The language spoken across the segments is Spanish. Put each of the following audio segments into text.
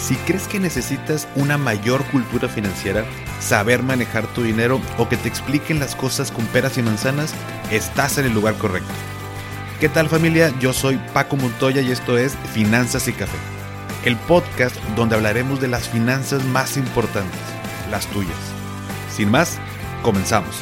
Si crees que necesitas una mayor cultura financiera, saber manejar tu dinero o que te expliquen las cosas con peras y manzanas, estás en el lugar correcto. ¿Qué tal, familia? Yo soy Paco Montoya y esto es Finanzas y Café, el podcast donde hablaremos de las finanzas más importantes, las tuyas. Sin más, comenzamos.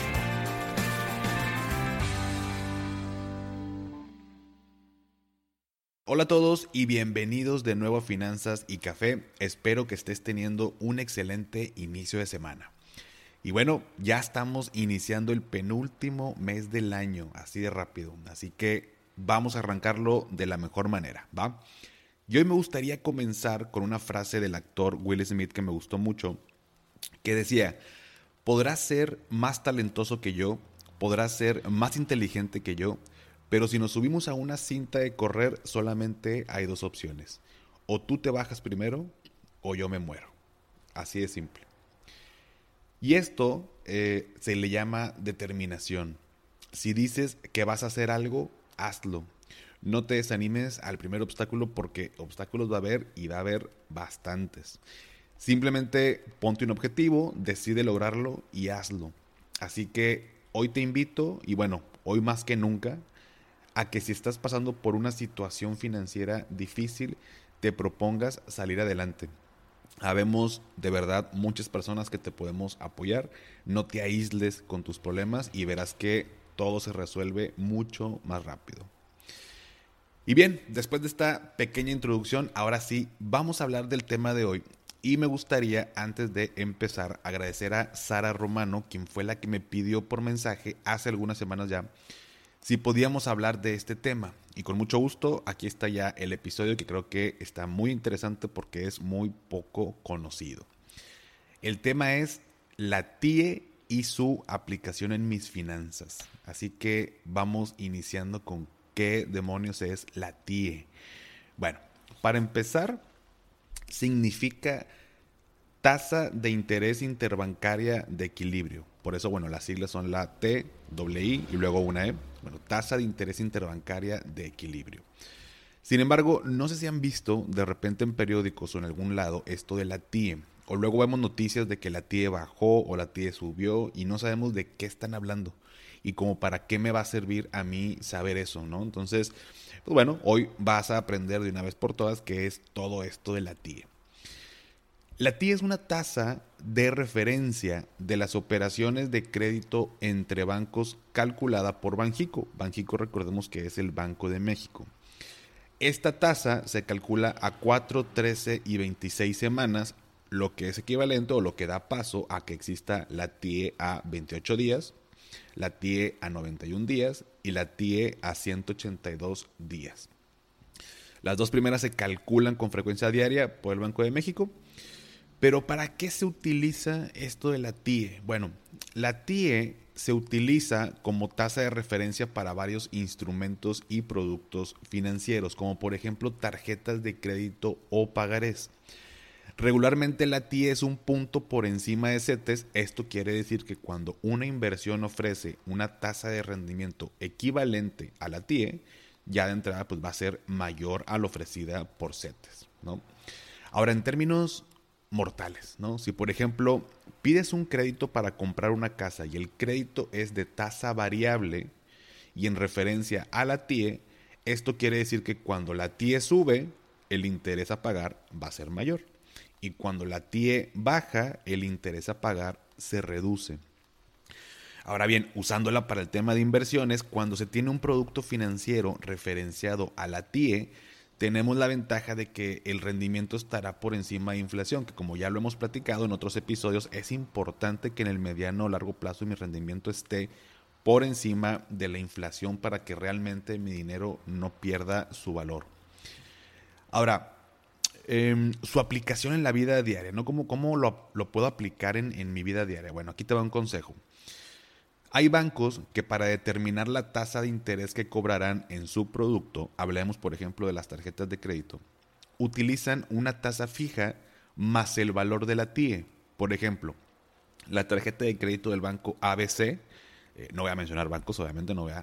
Hola a todos y bienvenidos de nuevo a Finanzas y Café. Espero que estés teniendo un excelente inicio de semana. Y bueno, ya estamos iniciando el penúltimo mes del año, así de rápido. Así que vamos a arrancarlo de la mejor manera, ¿va? Y hoy me gustaría comenzar con una frase del actor Will Smith que me gustó mucho, que decía: podrás ser más talentoso que yo, podrás ser más inteligente que yo, pero si nos subimos a una cinta de correr, solamente hay dos opciones. O tú te bajas primero, o yo me muero. Así de simple. Y esto se le llama determinación. Si dices que vas a hacer algo, hazlo. No te desanimes al primer obstáculo porque obstáculos va a haber y va a haber bastantes. Simplemente ponte un objetivo, decide lograrlo y hazlo. Así que hoy te invito, y bueno, hoy más que nunca, a que si estás pasando por una situación financiera difícil, te propongas salir adelante. Habemos de verdad muchas personas que te podemos apoyar. No te aísles con tus problemas y verás que todo se resuelve mucho más rápido. Y bien, después de esta pequeña introducción, ahora sí, vamos a hablar del tema de hoy. Y me gustaría, antes de empezar, agradecer a Sara Romano, quien fue la que me pidió por mensaje hace algunas semanas ya, si podíamos hablar de este tema. Y con mucho gusto, aquí está ya el episodio que creo que está muy interesante porque es muy poco conocido. El tema es la TIE y su aplicación en mis finanzas. Así que vamos iniciando con qué demonios es la TIE. Bueno, para empezar, significa tasa de interés interbancaria de equilibrio. Por eso, bueno, las siglas son la TII y luego una E. Bueno, tasa de interés interbancaria de equilibrio. Sin embargo, no sé si han visto de repente en periódicos o en algún lado esto de la TIE. O luego vemos noticias de que la TIE bajó o la TIE subió y no sabemos de qué están hablando. Y como para qué me va a servir a mí saber eso, ¿no? Entonces, pues bueno, hoy vas a aprender de una vez por todas qué es todo esto de la TIE. La TIE es una tasa de referencia de las operaciones de crédito entre bancos calculada por Banxico. Banxico, recordemos que es el Banco de México. Esta tasa se calcula a 4, 13 y 26 semanas, lo que es equivalente o lo que da paso a que exista la TIE a 28 días, la TIE a 91 días y la TIE a 182 días. Las dos primeras se calculan con frecuencia diaria por el Banco de México. Pero ¿para qué se utiliza esto de la TIE? Bueno, la TIE se utiliza como tasa de referencia para varios instrumentos y productos financieros, como por ejemplo tarjetas de crédito o pagarés. Regularmente la TIE es un punto por encima de CETES. Esto quiere decir que cuando una inversión ofrece una tasa de rendimiento equivalente a la TIE, ya de entrada pues va a ser mayor a la ofrecida por CETES, ¿no? Ahora, en términos mortales, ¿no? Si por ejemplo pides un crédito para comprar una casa y el crédito es de tasa variable y en referencia a la TIE, esto quiere decir que cuando la TIE sube, el interés a pagar va a ser mayor. Y cuando la TIE baja, el interés a pagar se reduce. Ahora bien, usándola para el tema de inversiones, cuando se tiene un producto financiero referenciado a la TIE, tenemos la ventaja de que el rendimiento estará por encima de inflación, que como ya lo hemos platicado en otros episodios, es importante que en el mediano o largo plazo mi rendimiento esté por encima de la inflación para que realmente mi dinero no pierda su valor. Ahora, su aplicación en la vida diaria, ¿no? ¿Cómo lo puedo aplicar en mi vida diaria? Bueno, aquí te va un consejo. Hay bancos que para determinar la tasa de interés que cobrarán en su producto, hablemos por ejemplo de las tarjetas de crédito, utilizan una tasa fija más el valor de la TIE. Por ejemplo, la tarjeta de crédito del banco ABC, no voy a mencionar bancos, obviamente no voy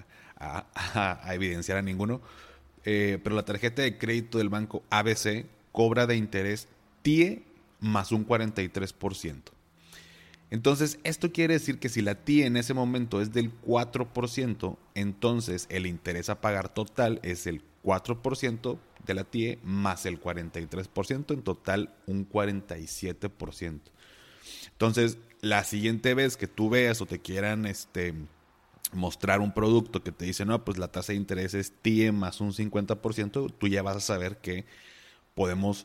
a evidenciar a ninguno, pero la tarjeta de crédito del banco ABC cobra de interés TIE más un 43%. Entonces, esto quiere decir que si la TIE en ese momento es del 4%, entonces el interés a pagar total es el 4% de la TIE más el 43%, en total un 47%. Entonces, la siguiente vez que tú veas o te quieran mostrar un producto que te dice, no, pues la tasa de interés es TIE más un 50%, tú ya vas a saber que podemos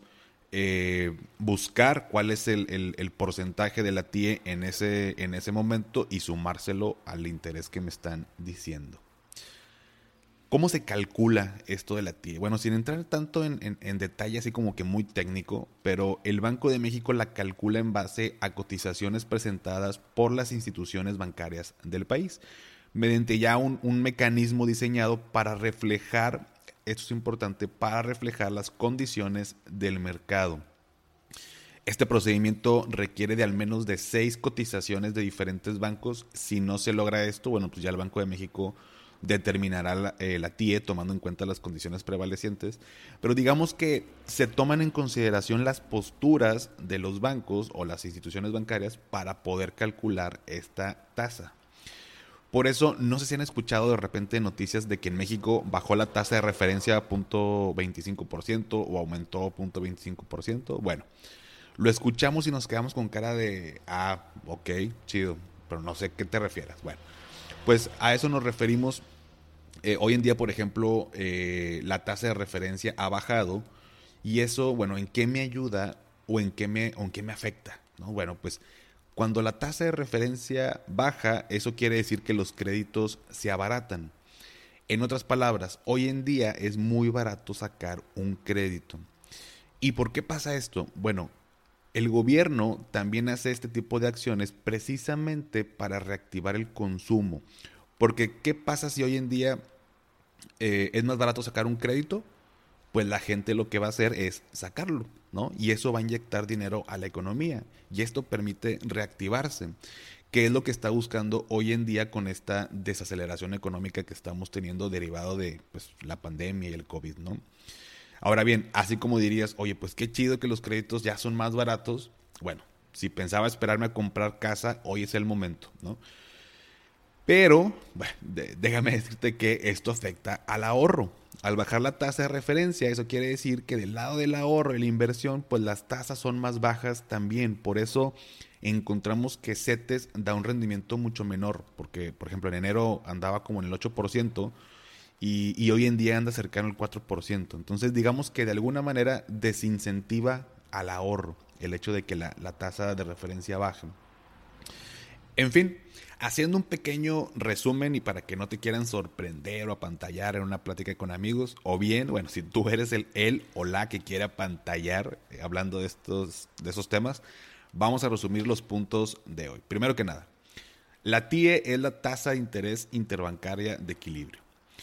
buscar cuál es el porcentaje de la TIE en ese momento y sumárselo al interés que me están diciendo. ¿Cómo se calcula esto de la TIE? Bueno, sin entrar tanto en detalle así como que muy técnico, pero el Banco de México la calcula en base a cotizaciones presentadas por las instituciones bancarias del país, mediante ya un mecanismo diseñado para reflejar, esto es importante, para reflejar las condiciones del mercado. Este procedimiento requiere de al menos de 6 cotizaciones de diferentes bancos. Si no se logra esto, bueno, pues ya el Banco de México determinará la TIE tomando en cuenta las condiciones prevalecientes. Pero digamos que se toman en consideración las posturas de los bancos o las instituciones bancarias para poder calcular esta tasa. Por eso, no sé si han escuchado de repente noticias de que en México bajó la tasa de referencia a 0.25% o aumentó 0.25%. Bueno, lo escuchamos y nos quedamos con cara de, ok, chido, pero no sé qué te refieras. Bueno, pues a eso nos referimos. Hoy en día, por ejemplo, la tasa de referencia ha bajado y eso, bueno, ¿en qué me ayuda o en qué me afecta? ¿No? Bueno, pues cuando la tasa de referencia baja, eso quiere decir que los créditos se abaratan. En otras palabras, hoy en día es muy barato sacar un crédito. ¿Y por qué pasa esto? Bueno, el gobierno también hace este tipo de acciones precisamente para reactivar el consumo. Porque, ¿qué pasa si hoy en día es más barato sacar un crédito? Pues la gente lo que va a hacer es sacarlo, ¿no? Y eso va a inyectar dinero a la economía. Y esto permite reactivarse, que es lo que está buscando hoy en día con esta desaceleración económica que estamos teniendo derivado de pues, la pandemia y el COVID, ¿no? Ahora bien, así como dirías, oye, pues qué chido que los créditos ya son más baratos. Bueno, si pensaba esperarme a comprar casa, hoy es el momento, ¿no? Pero, bueno, déjame decirte que esto afecta al ahorro. Al bajar la tasa de referencia, eso quiere decir que del lado del ahorro y la inversión, pues las tasas son más bajas también. Por eso encontramos que CETES da un rendimiento mucho menor, porque, por ejemplo, en enero andaba como en el 8%, y hoy en día anda cercano al 4%. Entonces, digamos que de alguna manera desincentiva al ahorro el hecho de que la tasa de referencia baje. En fin, haciendo un pequeño resumen y para que no te quieran sorprender o apantallar en una plática con amigos, o bien, bueno, si tú eres él o la que quiera apantallar hablando de esos temas, vamos a resumir los puntos de hoy. Primero que nada, la TIE es la tasa de interés interbancaria de equilibrio.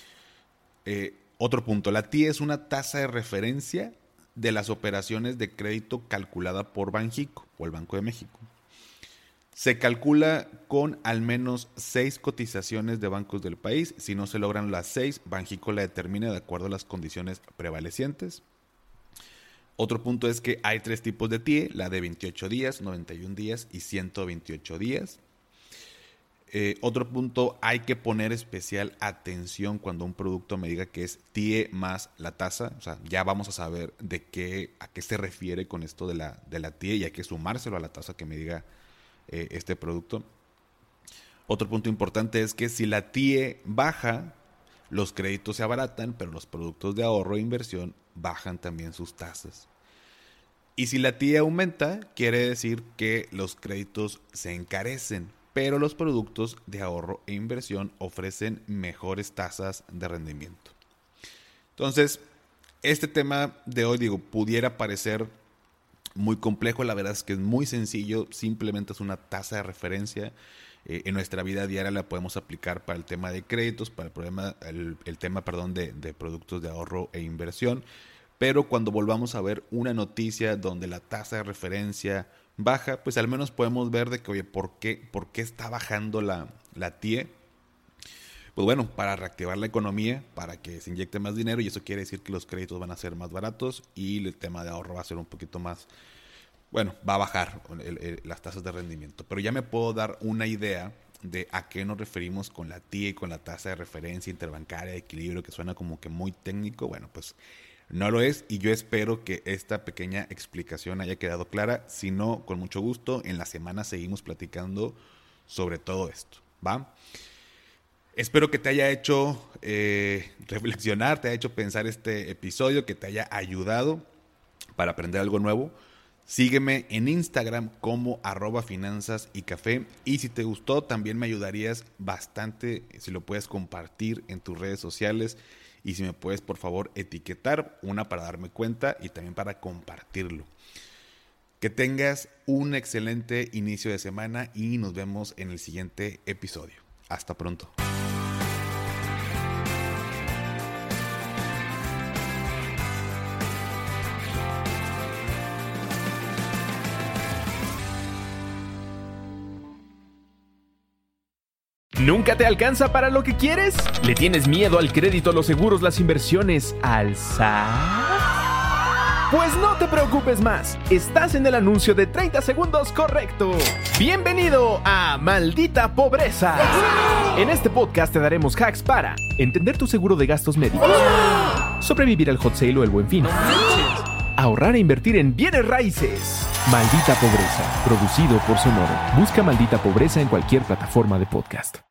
Otro punto, la TIE es una tasa de referencia de las operaciones de crédito calculada por Banxico o el Banco de México. Se calcula con al menos 6 cotizaciones de bancos del país. Si no se logran las 6, Banxico la determina de acuerdo a las condiciones prevalecientes. Otro punto es que hay 3 tipos de TIE, la de 28 días, 91 días y 128 días. Otro punto, hay que poner especial atención cuando un producto me diga que es TIE más la tasa. O sea, ya vamos a saber a qué se refiere con esto de la TIE y hay que sumárselo a la tasa que me diga este producto. Otro punto importante es que si la TIE baja, los créditos se abaratan, pero los productos de ahorro e inversión bajan también sus tasas. Y si la TIE aumenta, quiere decir que los créditos se encarecen, pero los productos de ahorro e inversión ofrecen mejores tasas de rendimiento. Entonces, este tema de hoy, pudiera parecer muy complejo. La verdad es que es muy sencillo, simplemente es una tasa de referencia. En nuestra vida diaria la podemos aplicar para el tema de créditos, para el tema de productos de ahorro e inversión. Pero cuando volvamos a ver una noticia donde la tasa de referencia baja, pues al menos podemos ver de que, oye, ¿por qué está bajando la TIE? Pues bueno, para reactivar la economía, para que se inyecte más dinero, y eso quiere decir que los créditos van a ser más baratos y el tema de ahorro va a ser un poquito más bueno, va a bajar las tasas de rendimiento. Pero ya me puedo dar una idea de a qué nos referimos con la TIA y con la tasa de referencia interbancaria de equilibrio, que suena como que muy técnico. Bueno, pues no lo es, y yo espero que esta pequeña explicación haya quedado clara. Si no, con mucho gusto, en la semana seguimos platicando sobre todo esto, ¿va? Espero que te haya hecho reflexionar, te haya hecho pensar este episodio, que te haya ayudado para aprender algo nuevo. Sígueme en Instagram como @finanzas y café. Y si te gustó, también me ayudarías bastante si lo puedes compartir en tus redes sociales. Y si me puedes, por favor, etiquetar, una para darme cuenta y también para compartirlo. Que tengas un excelente inicio de semana y nos vemos en el siguiente episodio. Hasta pronto. ¿Nunca te alcanza para lo que quieres? ¿Le tienes miedo al crédito, los seguros, las inversiones, al SAT? Pues no te preocupes más. Estás en el anuncio de 30 segundos correcto. Bienvenido a Maldita Pobreza. En este podcast te daremos hacks para entender tu seguro de gastos médicos, sobrevivir al hot sale o el buen fin, ahorrar e invertir en bienes raíces. Maldita Pobreza, producido por Sonoro. Busca Maldita Pobreza en cualquier plataforma de podcast.